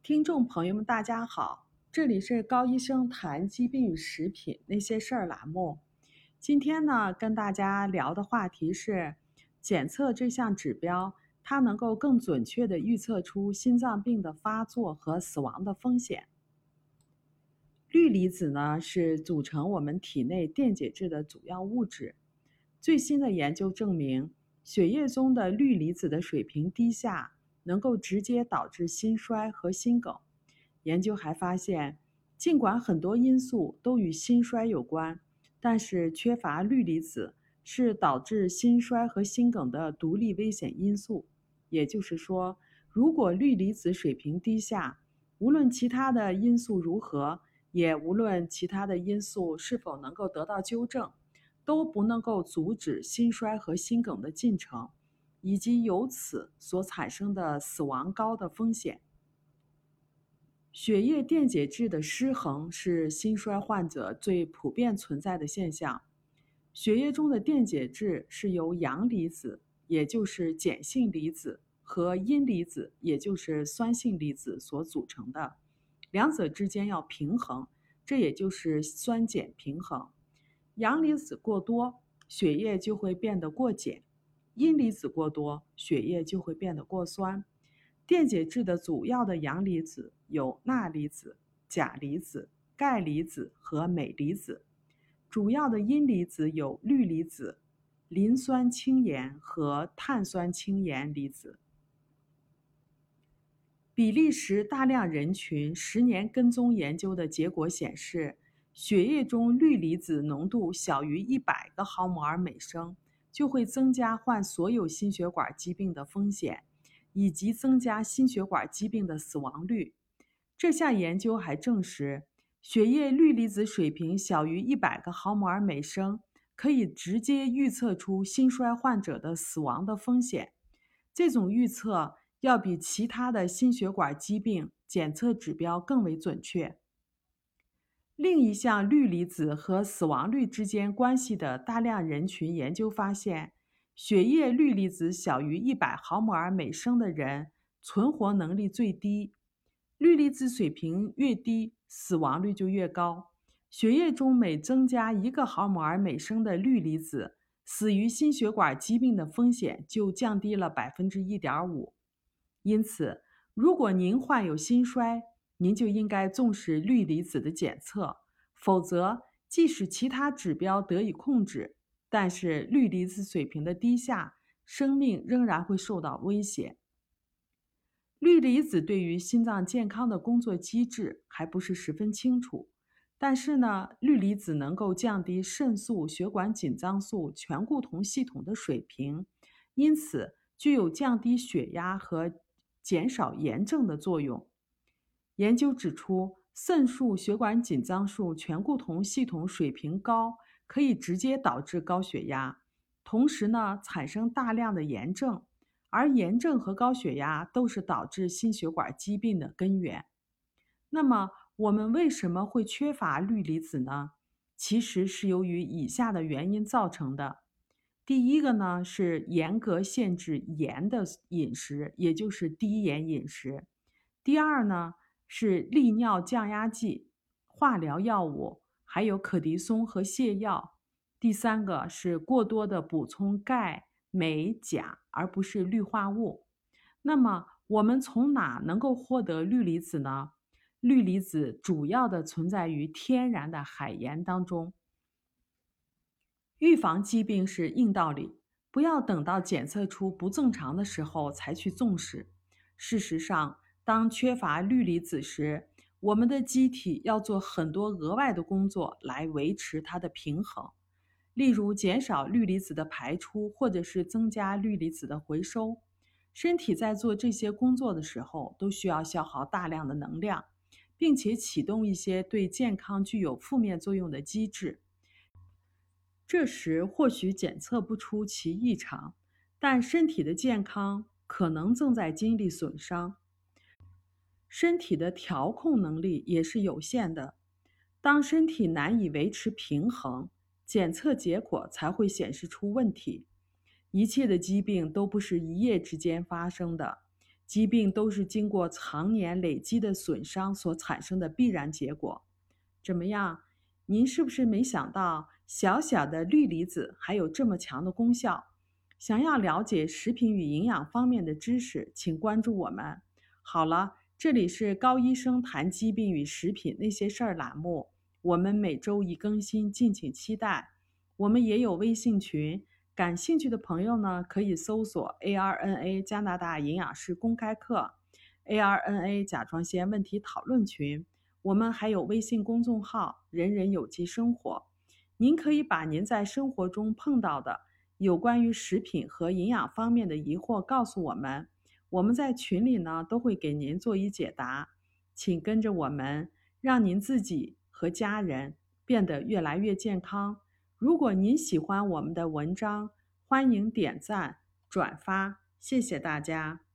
听众朋友们，大家好，这里是高医生谈疾病与食品那些事儿栏目。今天呢，跟大家聊的话题是检测这项指标，它能够更准确地预测出心脏病的发作和死亡的风险。氯离子呢，是组成我们体内电解质的主要物质。最新的研究证明，血液中的氯离子的水平低下，能够直接导致心衰和心梗。研究还发现，尽管很多因素都与心衰有关，但是缺乏氯离子是导致心衰和心梗的独立危险因素。也就是说，如果氯离子水平低下，无论其他的因素如何，也无论其他的因素是否能够得到纠正，都不能够阻止心衰和心梗的进程，以及由此所产生的死亡高的风险。血液电解质的失衡是心衰患者最普遍存在的现象。血液中的电解质是由阳离子，也就是碱性离子，和阴离子，也就是酸性离子所组成的。两者之间要平衡，这也就是酸碱平衡。阳离子过多，血液就会变得过碱；阴离子过多，血液就会变得过酸。电解质的主要的阳离子有钠离子、钾离子、钙离子和镁离子。主要的阴离子有氯离子、磷酸氢盐和碳酸氢盐离子。比利时大量人群10年跟踪研究的结果显示，血液中氯离子浓度小于100个毫摩尔每升，就会增加患所有心血管疾病的风险，以及增加心血管疾病的死亡率。这项研究还证实，血液氯离子水平小于100个毫摩尔每升，可以直接预测出心衰患者的死亡的风险。这种预测要比其他的心血管疾病检测指标更为准确。另一项氯离子和死亡率之间关系的大量人群研究发现，血液氯离子小于100毫摩尔每升的人存活能力最低，氯离子水平越低，死亡率就越高。血液中每增加1个毫摩尔每升的氯离子，死于心血管疾病的风险就降低了 1.5%。因此，如果您患有心衰，您就应该重视氯离子的检测，否则即使其他指标得以控制，但是氯离子水平的低下，生命仍然会受到威胁。氯离子对于心脏健康的工作机制还不是十分清楚，但是呢，氯离子能够降低肾素、血管紧张素、醛固酮系统的水平，因此具有降低血压和减少炎症的作用。研究指出，肾素、血管紧张素、醛固酮系统水平高，可以直接导致高血压，同时呢，产生大量的炎症，而炎症和高血压都是导致心血管疾病的根源。那么，我们为什么会缺乏氯离子呢？其实是由于以下的原因造成的。第一个呢，是严格限制盐的饮食，也就是低盐饮食。第二呢，是利尿降压剂、化疗药物，还有可的松和泻药。第三个是过多的补充钙、镁、钾，而不是氯化物。那么，我们从哪能够获得氯离子呢？氯离子主要的存在于天然的海盐当中。预防疾病是硬道理，不要等到检测出不正常的时候才去重视。事实上，当缺乏氯离子时，我们的机体要做很多额外的工作来维持它的平衡，例如减少氯离子的排出，或者是增加氯离子的回收。身体在做这些工作的时候，都需要消耗大量的能量，并且启动一些对健康具有负面作用的机制。这时或许检测不出其异常，但身体的健康可能正在经历损伤。身体的调控能力也是有限的。当身体难以维持平衡，检测结果才会显示出问题。一切的疾病都不是一夜之间发生的， 疾病都是经过常年累积的损伤所产生的必然结果。怎么样？您是不是没想到小小的氯离子还有这么强的功效？想要了解食品与营养方面的知识，请关注我们。好了，这里是高医生谈疾病与食品那些事儿栏目，我们每周一更新，敬请期待。我们也有微信群，感兴趣的朋友呢，可以搜索 ARNA 加拿大营养师公开课、ARNA 甲状腺问题讨论群。我们还有微信公众号人人有机生活，您可以把您在生活中碰到的有关于食品和营养方面的疑惑告诉我们，我们在群里呢都会给您做一解答。请跟着我们，让您自己和家人变得越来越健康。如果您喜欢我们的文章，欢迎点赞、转发，谢谢大家。